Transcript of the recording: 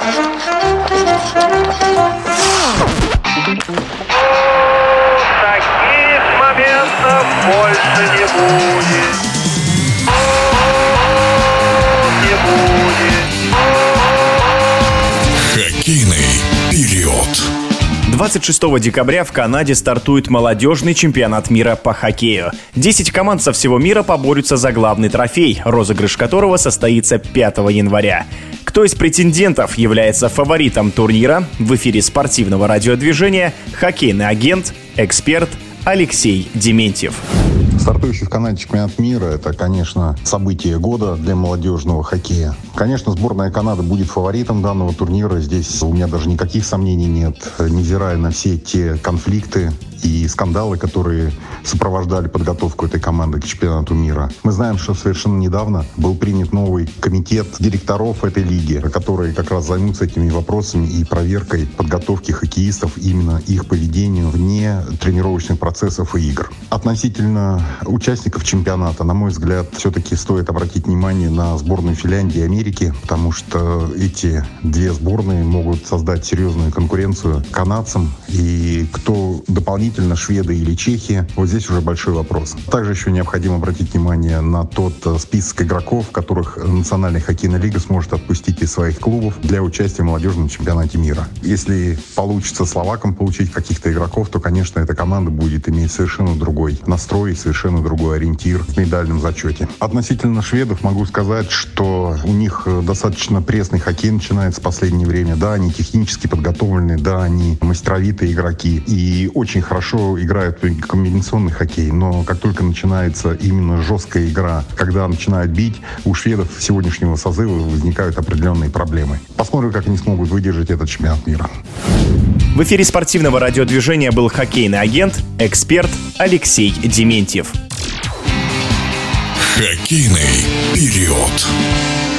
Таких моментов больше не будет. Не будет. Хоккейный период. 26 декабря в Канаде стартует молодежный чемпионат мира по хоккею. 10 команд со всего мира поборются за главный трофей, розыгрыш которого состоится 5 января. Кто из претендентов является фаворитом турнира? В эфире спортивного радиодвижения хоккейный агент, эксперт Алексей Дементьев. Стартующий в Канаде чемпионат мира – это, конечно, событие года для молодежного хоккея. Конечно, сборная Канады будет фаворитом данного турнира. Здесь у меня даже никаких сомнений нет, невзирая на все те конфликты и скандалы, которые сопровождали подготовку этой команды к чемпионату мира. Мы знаем, что совершенно недавно был принят новый комитет директоров этой лиги, которые как раз займутся этими вопросами и проверкой подготовки хоккеистов, именно их поведению вне тренировочных процессов и игр. Относительно участников чемпионата, на мой взгляд, все-таки стоит обратить внимание на сборную Финляндии и Америки, потому что эти две сборные могут создать серьезную конкуренцию канадцам, и кто дополнительно шведы или чехи, вот здесь уже большой вопрос. Также еще необходимо обратить внимание на тот список игроков, которых Национальная хоккейная лига сможет отпустить из своих клубов для участия в молодежном чемпионате мира. Если получится словакам получить каких-то игроков, то, конечно, эта команда будет иметь совершенно другой настрой, совершенно другой ориентир в медальном зачете. Относительно шведов могу сказать, что у них достаточно пресный хоккей начинается в последнее время. Да, они технически подготовлены, да, они мастеровитые игроки и очень хорошо играют в комбинационный хоккей, но как только начинается именно жесткая игра, когда начинают бить, у шведов сегодняшнего созыва возникают определенные проблемы. Посмотрим, как они смогут выдержать этот чемпионат мира. В эфире спортивного радиодвижения был хоккейный агент, эксперт Алексей Дементьев. Хоккейный период.